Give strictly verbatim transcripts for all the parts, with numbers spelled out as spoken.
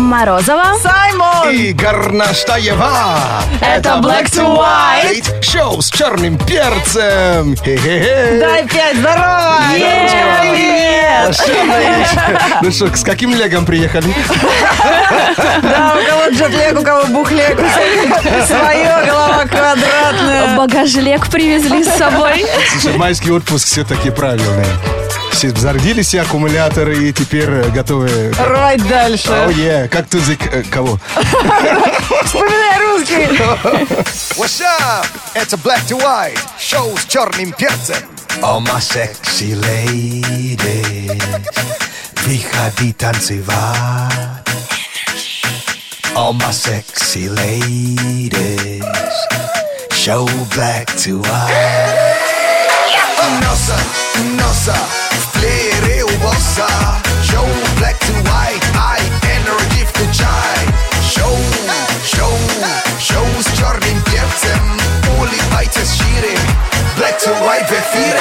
Морозова, Саймон и Горнаштаева. Это Black to White. Шоу с черным перцем. Хе-хе-хе. Дай пять, здорово! Девочка, Привет! Ну что, с каким легом приехали? Да, у кого джетлег, у кого бухлег. Свое, голова квадратная. багажлек привезли с собой. Слушай, майский отпуск все-таки правильный. Все зарядили все аккумуляторы и теперь готовы... Рвать дальше. Oh, yeah. Как ты язык э, кого? Вспоминай русский. What's up? Это Black to White. Шоу с черным перцем. All my sexy ladies, выходи танцевать. All my sexy ladies, show Black to White. Носа, носа, в плеере у босса. Show Black to White, I energy включай. Шоу, шоу, шоу с черным перцем. Улыбайтесь шире, Black to White в эфире.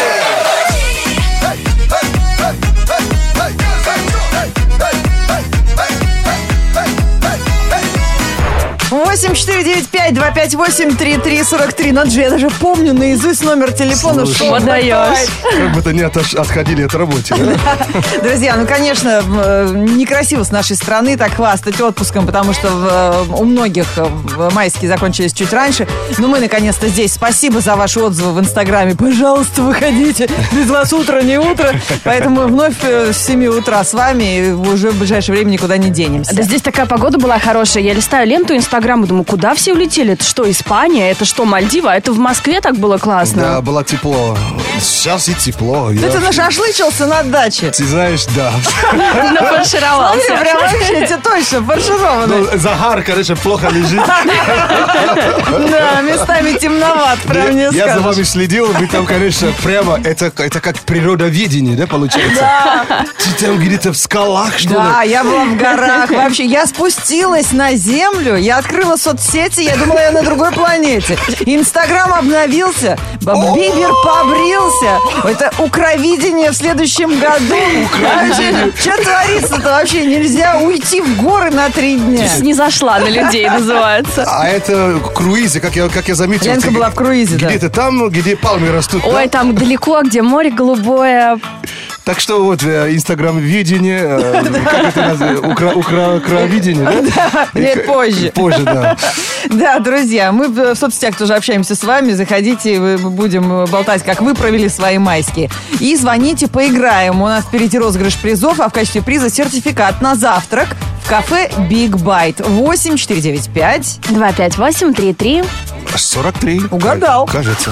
восемь четыре девять пять два пять восемь три три сорок три. Надо же, я даже помню наизусть номер телефона. Слушай, Что подаешь? Как бы-то не отош- отходили от работы, да? Друзья, ну, конечно, э, некрасиво с нашей стороны так хвастать отпуском, потому что э, у многих э, майские закончились чуть раньше. Но мы, наконец-то, здесь. Спасибо за ваши отзывы в Инстаграме. Пожалуйста, выходите. Без вас утро не утро. Поэтому вновь э, с семи утра с вами. И уже в ближайшее время никуда не денемся. Да здесь такая погода была хорошая. Я листаю ленту Инстаграма, думаю, куда все улетели? Это что, Испания? Это что, Мальдива? Это в Москве так было классно? Да, было тепло. Сейчас и тепло. Да Я- ты нашашлычился на даче. Ты знаешь, да. Нафаршировался. Смотри, прям вообще тебе точно фаршированный. Ну, Захар, конечно, плохо лежит. Да, местами темноват, прям не Я я за скажешь. вами следил, вы там, конечно, прямо, это, это как природоведение, да, получается? Ты там где-то в скалах, что ли? Да, я была в горах. Вообще, я спустилась на землю, я открыла соцсети, я думала, я на другой планете. Инстаграм обновился, Бибер побрился. Это укровидение в следующем году. Вообще, что творится-то вообще? Нельзя уйти в горы на три дня. Не зашла на людей, называется. А это круизы, как я, как я заметил. Ленка ты была в круизе, да. Где-то там, где пальмы растут. да? Ой, там далеко, где море голубое. Так что вот э, инстаграм-видение, э, как это называется, Укра- укра- укравидение, да? Лет позже. Позже, да. Да, друзья, мы в соцсетях тоже общаемся с вами. Заходите, мы будем болтать, как вы провели свои майские. И звоните, поиграем. У нас впереди розыгрыш призов, а в качестве приза сертификат на завтрак в кафе Big Bite. восемь четыре девять пять. два пять восемь три три. сорок три. Угадал. Кажется.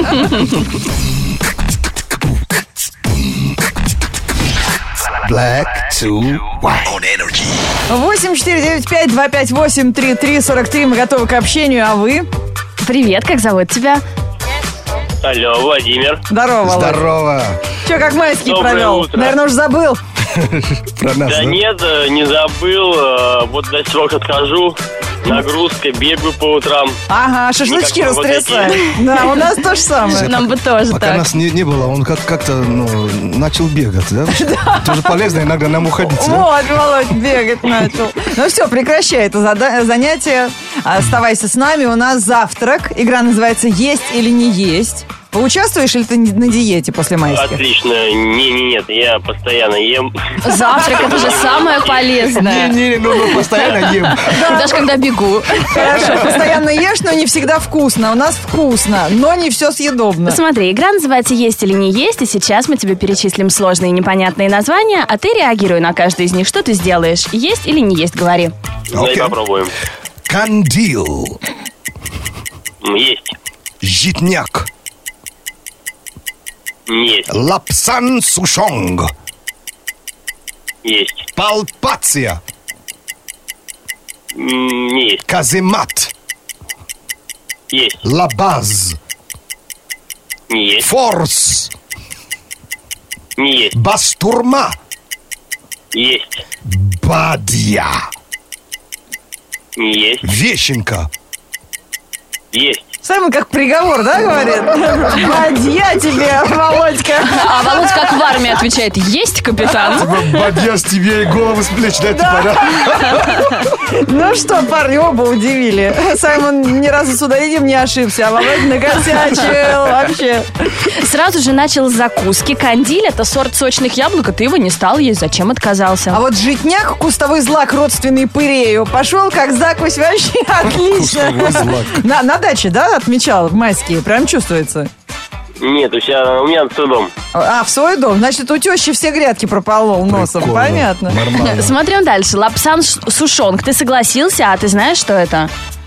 Black to white. On energy. восемь четыре девять пять два пять восемь три три сорок три. Мы готовы к общению, а вы? Привет, как зовут тебя? Алло, Владимир. Здорово, Володь. Здорово. Че, как майский Доброе провел? утро. Наверное, уже забыл. Про нас, Да да? нет, э, не забыл. э, Вот до срок отхожу. Нагрузка, бегаю по утрам. Ага, шашлычки Никак не растрясаем. Да, у нас то же самое. Нам бы тоже Пока так. нас не, не было, он как- как-то ну, начал бегать, да? Тоже полезно иногда нам уходить, да? Вот, Володь бегать начал. Ну все, прекращай это зада- занятие. Оставайся с нами. У нас завтрак. Игра называется «Есть или не есть». Поучаствуешь или ты на диете после майских? Отлично. Не, не, нет, я постоянно ем. Завтрак это же самое полезное. Не-не, ну, ну постоянно ем. Даже когда бегу. Хорошо, постоянно ешь, но не всегда вкусно. У нас вкусно, но не все съедобно. Смотри, игра называется «Есть или не есть», и сейчас мы тебе перечислим сложные и непонятные названия, а ты реагируй на каждый из них. Что ты сделаешь? Есть или не есть, говори. Ну и Окей. попробуем. Кандил. М, Есть. Житняк. Есть. Лапсан сушонг. Есть. Палпация. М, Не есть. Каземат. Есть. Лабаз. Не есть. Форс. Не есть. Бастурма. Есть. Бадья. Не есть. Вещенка. Есть. Саймон как приговор, да, говорит? Бадья тебе, Володька. А Володь как в армии отвечает: есть, капитан. Типа, бадья с тебе и голову с плеч, да, типа, да? Ну что, парни оба удивили. Саймон ни разу с ударением не ошибся, а Володя накосячил вообще. Сразу же начал с закуски. Кандиль — это сорт сочных яблок, а ты его не стал есть. Зачем отказался? А вот житняк, кустовой злак, родственный пырею, пошел как закусь вообще отлично. Кустовой злак. На, на даче, да, отмечал в майские? Прям чувствуется. Нет, у себя, у меня свой дом. А, в свой дом? Значит, у тещи все грядки прополол носом. Прикольно. Понятно. Нормально. Смотрим дальше. Лапсан ш- сушонг. Ты согласился, а ты знаешь, что это?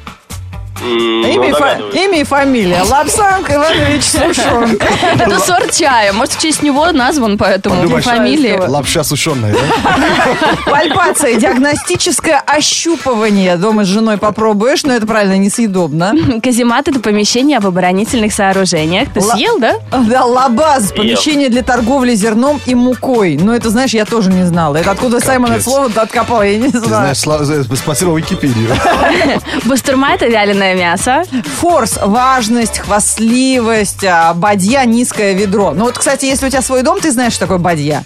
М, Имя, ну, и фа- догадываюсь. имя и фамилия. Лапсанг Иванович Сушон. Это сорт чая. Может, в честь него назван, поэтому Подумаешь, фамилия. Лапша сушеная, да? Пальпация, диагностическое ощупывание. Дома с женой попробуешь, но это правильно несъедобно. Каземат — это помещение в оборонительных сооружениях. Ты Ла- съел, да? Да, лабаз, помещение для торговли зерном и мукой. Но это, знаешь, я тоже не знала. Это откуда Саймон это слово откопал, я не Ты знаю. знаешь, сла- спасибо Википедию. Бастурма — это вяленое мясо. Форс, важность, хвастливость, а, бадья, низкое ведро. Ну вот, кстати, если у тебя свой дом, ты знаешь, что такое бадья.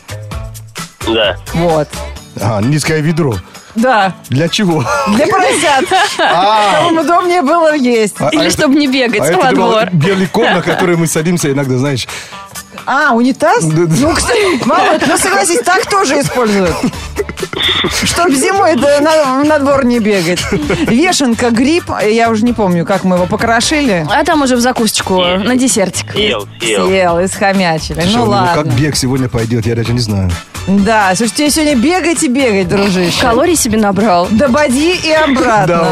Да. Вот. А, низкое ведро. Да, Для чего? для поросят. А, Чтобы удобнее было есть. а Или это- чтобы не бегать а во это думал, двор. белый ком, на который мы садимся иногда, знаешь. А, унитаз? Да, да. Ну, кстати, Володь, ну согласись, так тоже используют. Чтоб зимой да, на, на двор не бегать. Вешенка, гриб, я уже не помню, как мы его покрошили. А там уже в закусочку, на десертик. Съел, съел. Съел и схомячили. Слушай, Ну у него ладно. как бег сегодня пойдет, я даже не знаю. Да, слушай, тебе сегодня бегать и бегать, дружище. Калорий себе набрал. До боди и Да обратно.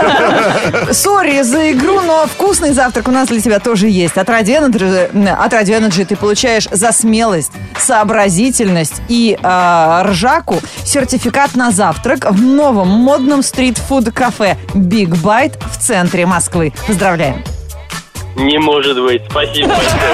уж. Сори за игру, но вкусный завтрак у нас для тебя тоже есть. От Radio Energy, от Radio Energy ты получаешь за смелость, сообразительность и э, ржаку сертификат на завтрак в новом модном стрит-фуд-кафе Big Bite в центре Москвы. Поздравляем! Не может быть. Спасибо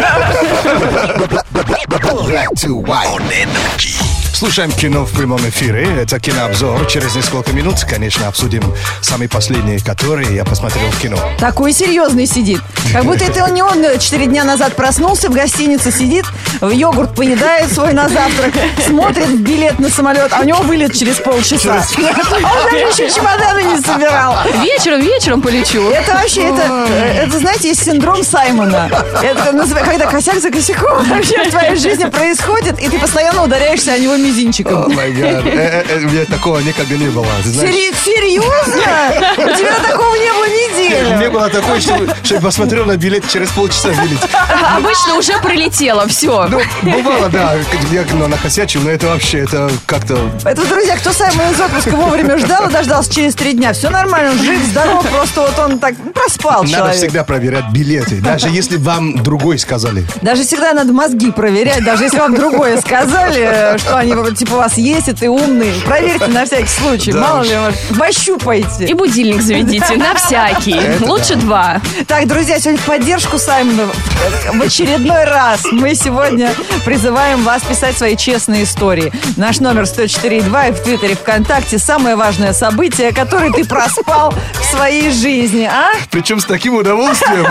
большое. Black to white on energy. Слушаем кино в прямом эфире. Это кинообзор. Через несколько минут, конечно, обсудим самые последние, которые я посмотрел в кино. Такой серьезный сидит. Как будто это не он четыре дня назад проснулся в гостинице, сидит, йогурт поедает свой на завтрак, смотрит в билет на самолет, а у него вылет через полчаса. А он даже еще чемоданы не собирал. Вечером, вечером полечу. Это вообще, это, это, знаете, есть синдром Саймона. Это называется, когда косяк за косяком вообще в твоей жизни происходит, и ты постоянно ударяешься о него О мизинчиком. май гад. Э, э, У меня такого никогда не было. Ты знаешь, Сери- Серьезно? У тебя такого не было неделю. не было такого, что, что я посмотрел на билет, через полчаса вылет. Обычно уже прилетело, все. Ну, бывало, да, я ну, накосячил, но это вообще, это как-то... Это, друзья, кто Саймона из отпуска вовремя ждал и дождался через три дня. Все нормально, он жив, здоров, просто вот он так проспал Надо человек. всегда проверять билеты, даже если вам другой сказали. Даже всегда надо мозги проверять, даже если вам другое сказали, что они типа у вас есть, и ты умный. Проверьте на всякий случай, Да мало уж. ли, может, пощупайте. И будильник заведите, на всякий. Лучше два. Так, друзья, сегодня в поддержку Саймона в очередной раз мы сегодня призываем вас писать свои честные истории. Наш номер сто четыре и два и в Твиттере, ВКонтакте. Самое важное событие, которое ты проспал в своей жизни, а? Причем с таким удовольствием.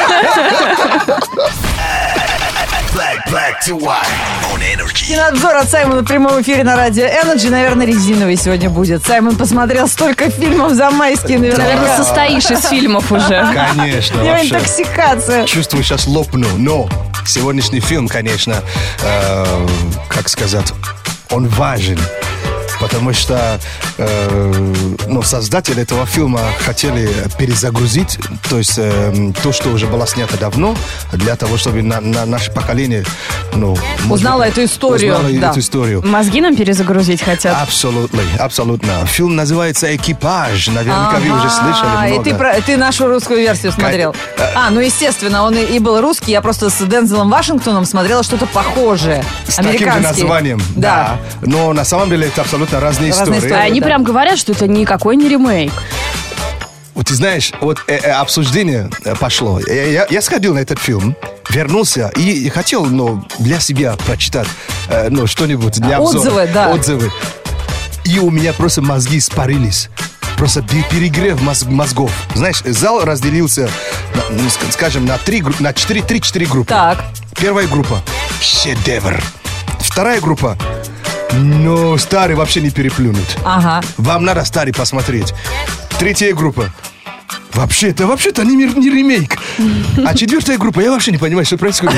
Black, black to white on energy. Кинообзор от Саймона в прямом эфире на радио Energy. Наверное, резиновый сегодня будет. Саймон посмотрел столько фильмов за майские, Наверное, наверное. состоишь из фильмов уже. Конечно, У него вообще. интоксикация. Чувствую, сейчас лопну. Но сегодняшний фильм, конечно, э, как сказать, он важен. Потому что э, ну, создатели этого фильма хотели перезагрузить, то есть э, то, что уже было снято давно, для того, чтобы на, на наше поколение ну, может Узнало быть, эту историю, узнало да. эту историю. Мозги нам перезагрузить хотят. Абсолютно, абсолютно. Фильм называется «Экипаж». Наверняка вы уже слышали Ага, много. и ты, про- ты нашу русскую версию смотрел. А, ну естественно, он и, и был русский. Я просто с Дензелом Вашингтоном смотрела что-то похожее. С таким же Американский. названием, Да. да. Но на самом деле это абсолютно разные, Разные истории. А истории. они да. прям говорят, что это никакой не ремейк. Вот ты знаешь, вот э, э, обсуждение э, пошло. Я, я- я сходил на этот фильм, вернулся и, и хотел, ну, для себя прочитать, э, ну, что-нибудь для обзора. Отзывы, да. Отзывы. И у меня просто мозги испарились. просто перегрев мозгов. Знаешь, зал разделился, ну, скажем, на три, на четыре, три-четыре группы. Так. Первая группа – шедевр. Вторая группа – но старый вообще не переплюнут. Ага. Вам надо старый посмотреть. Третья группа – вообще, это вообще-то не, не ремейк. А четвертая группа, я вообще не понимаю, что происходит.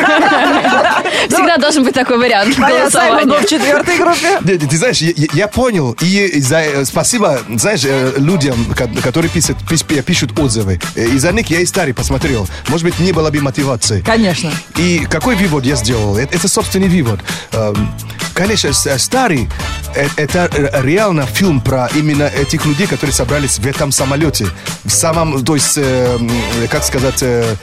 Всегда должен быть такой вариант голосования. В четвертой группе. Ты знаешь, я, я понял, и за, спасибо, знаешь, людям, которые пишут, пишут отзывы. Из-за них я и старый посмотрел. Может быть, не было бы мотивации. Конечно. И какой вывод я сделал? Это, это собственный вывод. Конечно, старый, это реально фильм про именно этих людей, которые собрались в этом самолете. В самом, то есть, как сказать,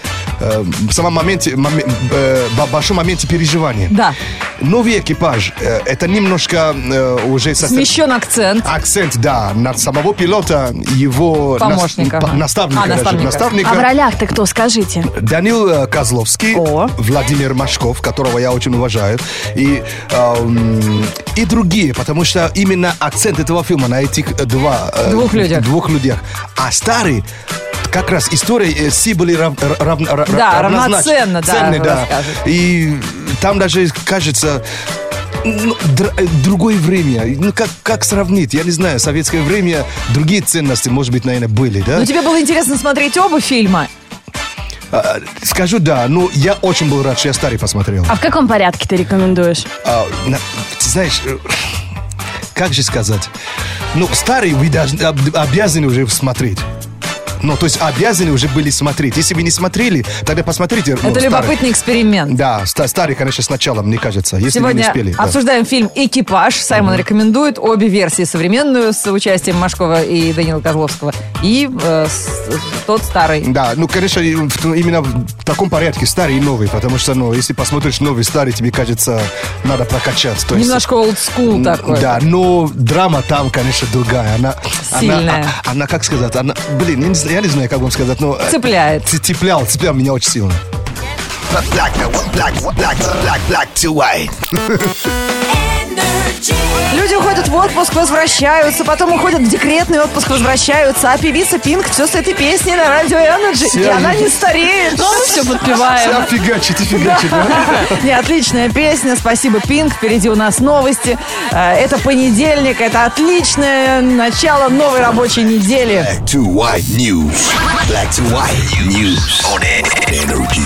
в самом моменте, в большом моменте переживания. Да. Новый экипаж, это немножко уже... Смещен акцент. Акцент, да, на самого пилота, его... Помощника. Нас, наставника. А, наставника. наставника. А в ролях-то кто, скажите? Данил Козловский, О. Владимир Машков, которого я очень уважаю, и, эм, и другие, потому что именно акцент этого фильма на этих два, э, двух людях. Двух людях. А старый, как раз история все были рав, рав, рав, да, равноценно, ценны, да, да. И там даже кажется... Ну, др- другое время. Ну, как, как сравнить? Я не знаю, советское время, другие ценности, может быть, наверное, были, да? Но тебе было интересно смотреть оба фильма? А, скажу да, но я очень был рад, что я старый посмотрел. А в каком порядке ты рекомендуешь? А, на, ты знаешь, как же сказать? Ну, старый вы должны, об, обязаны уже смотреть. Ну, то есть обязаны уже были смотреть. Если вы не смотрели, тогда посмотрите. Это ну, любопытный старый. эксперимент. Да, старый, конечно, сначала, мне кажется. Если Сегодня вы не успели. обсуждаем да. фильм «Экипаж». Саймон uh-huh. рекомендует обе версии. Современную с участием Машкова и Данила Козловского. И э, с, тот старый. Да, ну, конечно, именно в таком порядке старый и новый. Потому что, ну, если посмотришь новый, старый, тебе кажется, надо прокачать. То Немножко олдскул есть, такой. Да, но драма там, конечно, другая. Она, сильная. Она, она, как сказать, она, блин, я не знаю, я не знаю, как вам сказать, но... Цепляет. Цеплял, цеплял меня очень сильно. Black, black, black, black, black to white. Люди уходят в отпуск, возвращаются, потом уходят в декретный отпуск, возвращаются. А певица Пинк все с этой песней на радио Energy. И она не стареет. Ну, мы все подпеваем. Вся фигачит и фигачит. Не, отличная песня. Спасибо, Пинк. Впереди у нас новости. Это понедельник. Это отличное начало новой рабочей недели. Black to white news. Black to white news on Energy.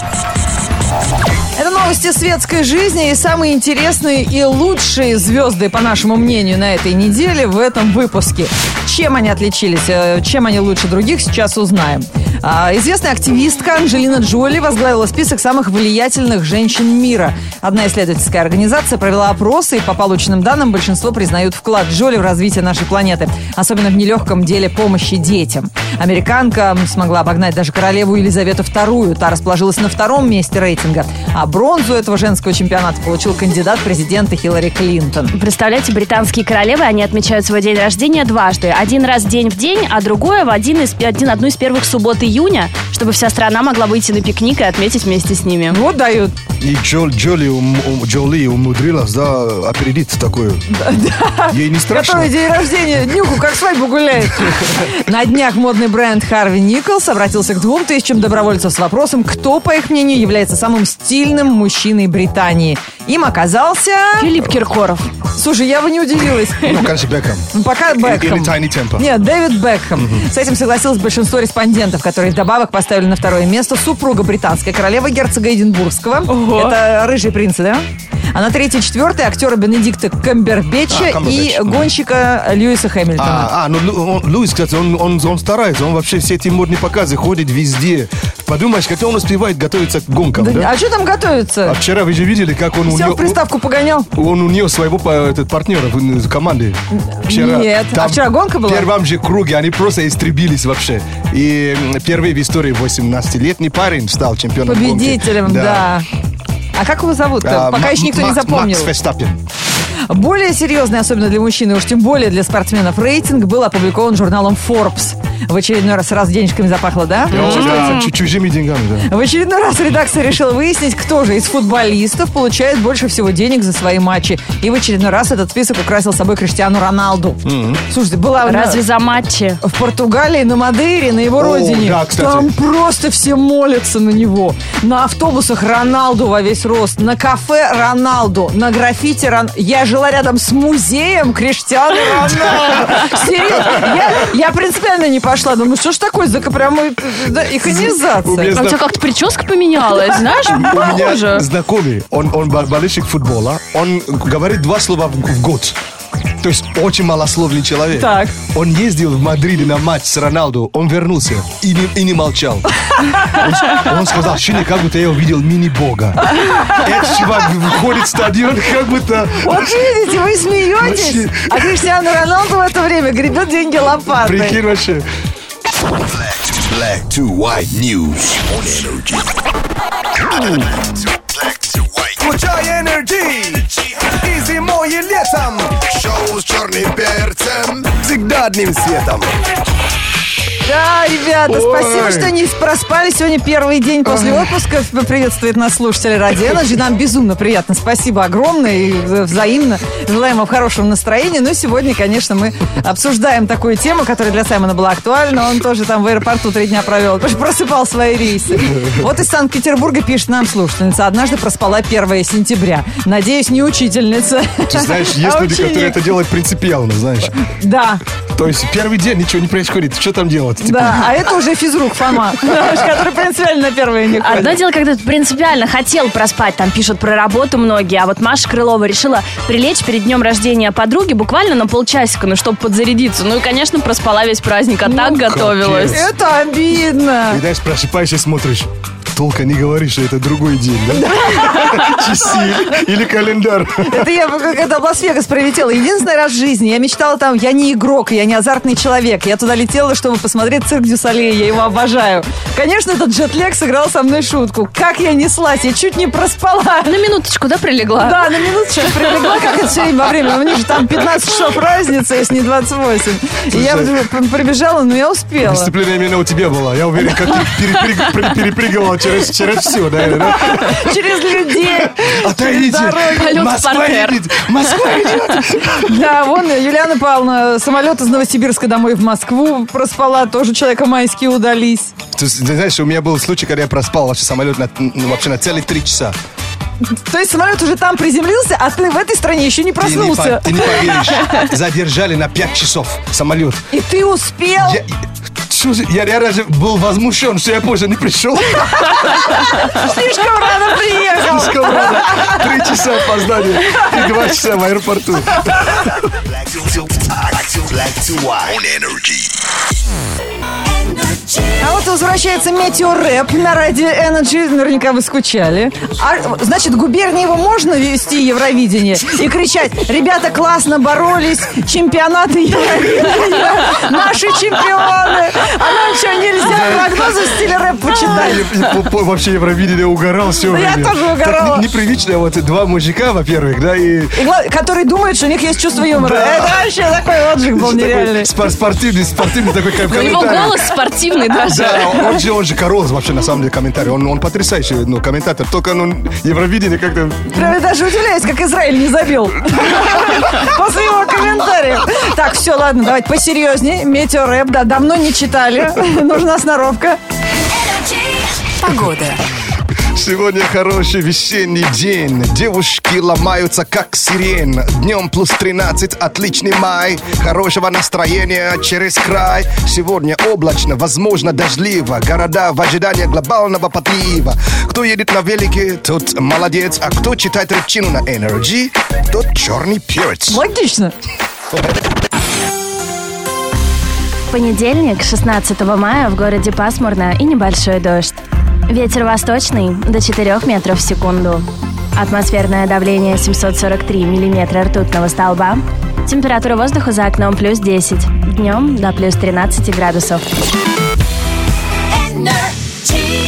Это новости светской жизни и самые интересные и лучшие звезды, по нашему мнению, на этой неделе в этом выпуске. Чем они отличились, чем они лучше других, сейчас узнаем. Известная активистка Анджелина Джоли возглавила список самых влиятельных женщин мира. Одна исследовательская организация провела опросы, и по полученным данным большинство признают вклад Джоли в развитие нашей планеты, особенно в нелегком деле помощи детям. Американка смогла обогнать даже королеву Елизавету вторую. Та расположилась на втором месте рейтинга. А бронзу этого женского чемпионата получил кандидат в президенты Хиллари Клинтон. Представляете, британские королевы, они отмечают свой день рождения дважды. Один раз день в день, а другое в один из, один, одну из первых суббот июня, чтобы вся страна могла выйти на пикник и отметить вместе с ними. Вот дают. И Джол, Джоли, ум, Джоли умудрилась, да, опередить такую. Да. Ей не страшно. Который день рождения, днюху, как свадьбу гуляет. На днях модный бренд Харви Николс обратился к двум тысячам добровольцев с вопросом, кто, по их мнению, является самым стильным мужчиной Британии. Им оказался... Филипп Киркоров. Слушай, я бы не удивилась. Ну, конечно, Бекхэм. Пока Бекхэм. Или Тайни Темпа. Нет, Дэвид Бекхэм. Угу. С этим согласилось большинство респондентов, которые вдобавок поставили на второе место супруга британской королевы герцога Эдинбургского. Ого. Это рыжие принцы, да? А на третье и четвертое актера Бенедикта Камбербэтча а, и гонщика Льюиса Хэмилтона. А, а ну он, Льюис, кстати, он, он, он старается, он вообще все эти модные показы ходит везде. Подумаешь, как он успевает готовиться к гонкам, да? да? А что там готовится? А вчера вы же видели, как он... Сел у него, в приставку погонял? Он у нее своего этот, партнера в команде. Вчера, Нет, а вчера гонка была? В первом же круге они просто истребились вообще. И первый в истории восемнадцатилетний парень стал чемпионом гонки. Победителем, да. да. А как его зовут-то? А, Пока еще никто Макс, не запомнил. Макс Ферстаппен. Более серьезный, особенно для мужчин, и уж тем более для спортсменов, рейтинг был опубликован журналом Forbes. В очередной раз, раз денежками запахло, да? Да, чужими деньгами, да. В очередной раз редакция решила выяснить, кто же из футболистов получает больше всего денег за свои матчи. И в очередной раз этот список украсил собой Криштиану Роналду. Mm-hmm. Слушайте, была... Разве за матчи? В Португалии, на Мадейре, на его О, родине. да, кстати. Там просто все молятся на него. На автобусах Роналду во весь рост. На кафе Роналду. На граффити Роналду. Я жила рядом с музеем Криштиану Роналду. Серьезно? Я, я принципиально не пошла. Думаю, что ж такое за прямой да, иконизация? А у тебя как-то прическа поменялась, знаешь? У меня Похоже. знакомый, он, он болельщик футбола, он говорит два слова в, в год. То есть очень малословный человек. Так. Он ездил в Мадриде на матч с Роналду, он вернулся и не, и не молчал. Он, он сказал, что как будто я увидел мини-бога. Этот чувак выходит в стадион, как будто... Вот видите, вы смеетесь, Вообще. а Криштиану Роналду в это время гребет деньги лопатой. Прикинь вообще. Black to white news on Energy. Black to white. Включай Energy. И зимой, и летом. Шоу с черным перцем. Всегда одним светом. Да, ребята, Ой. спасибо, что не проспали. Сегодня первый день после отпуска. Приветствует нас слушатели Радио Energy. Нам безумно приятно. Спасибо огромное и взаимно. Желаем вам хорошего настроения. Ну и сегодня, конечно, мы обсуждаем такую тему, которая для Саймона была актуальна. Он тоже там в аэропорту три дня провел, потому что просыпал свои рейсы. Вот из Санкт-Петербурга пишет нам слушательница. Однажды проспала первое сентября. Надеюсь, не учительница. Ты знаешь, есть а люди, ученик. которые это делают принципиально, знаешь. Да. То есть первый день ничего не происходит. Что там делать? Типа, Да, а это уже физрук Фома, который принципиально на первое не ходит. Одно дело, когда ты принципиально хотел проспать, там пишут про работу многие, а вот Маша Крылова решила прилечь перед днем рождения подруги буквально на полчасика, ну, чтобы подзарядиться. Ну и, конечно, проспала весь праздник, а так готовилась. Это обидно. И знаешь, просыпаешься и смотришь. Толка не говори, что это другой день, да? Часы или календарь. Это я когда в Лас-Вегас прилетела. Единственный раз в жизни я мечтала там, я не игрок, я не азартный человек. Я туда летела, чтобы посмотреть цирк Дю Солей, я его обожаю. Конечно, этот джетлэг сыграл со мной шутку. Как я неслась, я чуть не проспала. На минуточку, да, прилегла? Да, на минуточку прилегла, как это все время во время. У них же там пятнадцать часов разница, если не двадцать восемь. И я прибежала, но я успела. Дисциплина именно у тебя была. Я уверен, как ты перепрыг- пере- перепрыгивала через, через все, наверное. Через людей. Отойдите. Полет в Москва партер. едет. Москва идет. Да, вон Юлиана Павловна, самолет из Новосибирска домой в Москву проспала, тоже человека майские удались. Ты знаешь, у меня был случай, когда я проспал вообще самолет на, ну, вообще на целых три часа. То есть самолет уже там приземлился, а ты в этой стране еще не Ты не, проснулся. по- ты не поверишь. Задержали на пять часов самолет. И ты успел. Я, что же, я реально же был возмущен, что я позже не пришел. Слишком рано приехал. Слишком рано. Три часа опоздания и два часа в аэропорту. Black to, black to, black to white on Energy. А вот возвращается метеорэп на радио Energy. Наверняка вы скучали. А, значит, губернии его можно вести Евровидение и кричать: ребята классно боролись, чемпионаты Евровидения, наши чемпионы. А нам что, нельзя прогнозы в стиле рэп почитать? Я по- по- вообще Евровидение угорал все Ну, я время. тоже угорала. Так не- непривычно, вот два мужика, во-первых, да, и... И гла- которые думают, что у них есть чувство юмора. Да. Это вообще такой отжиг был нереальный. Спор- спортивный, спортивный такой ком- У него комментарий. голос спортивный даже. Да, он же, он же король вообще, на самом деле, комментарий. Он, он потрясающий, ну, комментатор. Только, ну, Евровидение как-то... Прям я даже удивляюсь, как Израиль не забил после его комментариев. Так, все, ладно, давайте посерьезнее. Метеорэп, да, давно не читали. Нужна сноровка. Погода. Сегодня хороший весенний день. Девушки ломаются, как сирен. Днем плюс тринадцать, отличный май. Хорошего настроения через край. Сегодня облачно, возможно дождливо. Города в ожидании глобального подлива. Кто едет на велике, тот молодец. А кто читает репчину на Energy, тот черный перец. Логично. В понедельник, шестнадцатого мая, в городе пасмурно и небольшой дождь. Ветер восточный до четырёх метров в секунду. Атмосферное давление семьсот сорок три миллиметра ртутного столба. Температура воздуха за окном плюс десять. Днем до плюс тринадцать градусов. Energy.